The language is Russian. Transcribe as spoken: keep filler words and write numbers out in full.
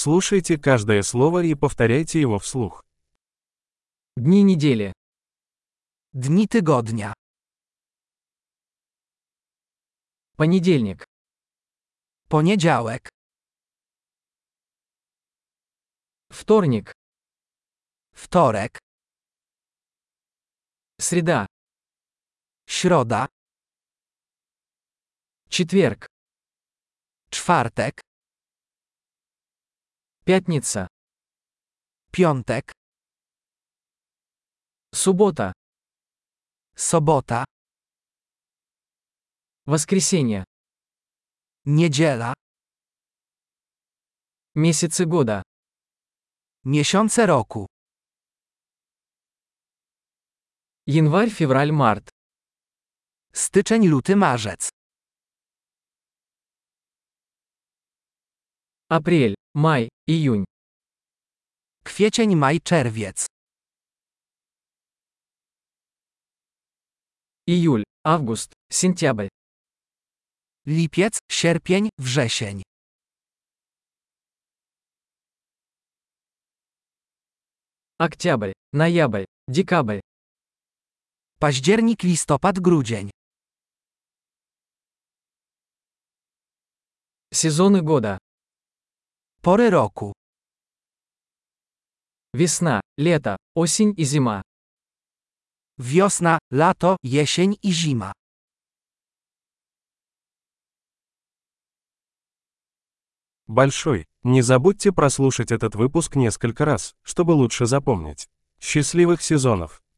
Слушайте каждое слово и повторяйте его вслух. Дни недели. Dni tygodnia. Понедельник. Poniedziałek. Вторник. Wtorek. Среда. Środa. Четверг. Czwartek. Пятница. Piątek. Суббота. Sobota. Воскресенье. Niedziela. Месяцы года. Miesiące roku. Январь, февраль, март. Styczeń, luty, marzec. Апрель, май, июнь. Kwiecień, maj, czerwiec. Июль, август, сентябрь. Lipiec, sierpień, wrzesień. Октябрь, ноябрь, декабрь. Październik, listopad, grudzień. Сезоны года. Pory roku. Весна, лето, осень и зима. Wiosna, lato, jesień i zima. Большой. Не забудьте прослушать этот выпуск несколько раз, чтобы лучше запомнить. Счастливых сезонов!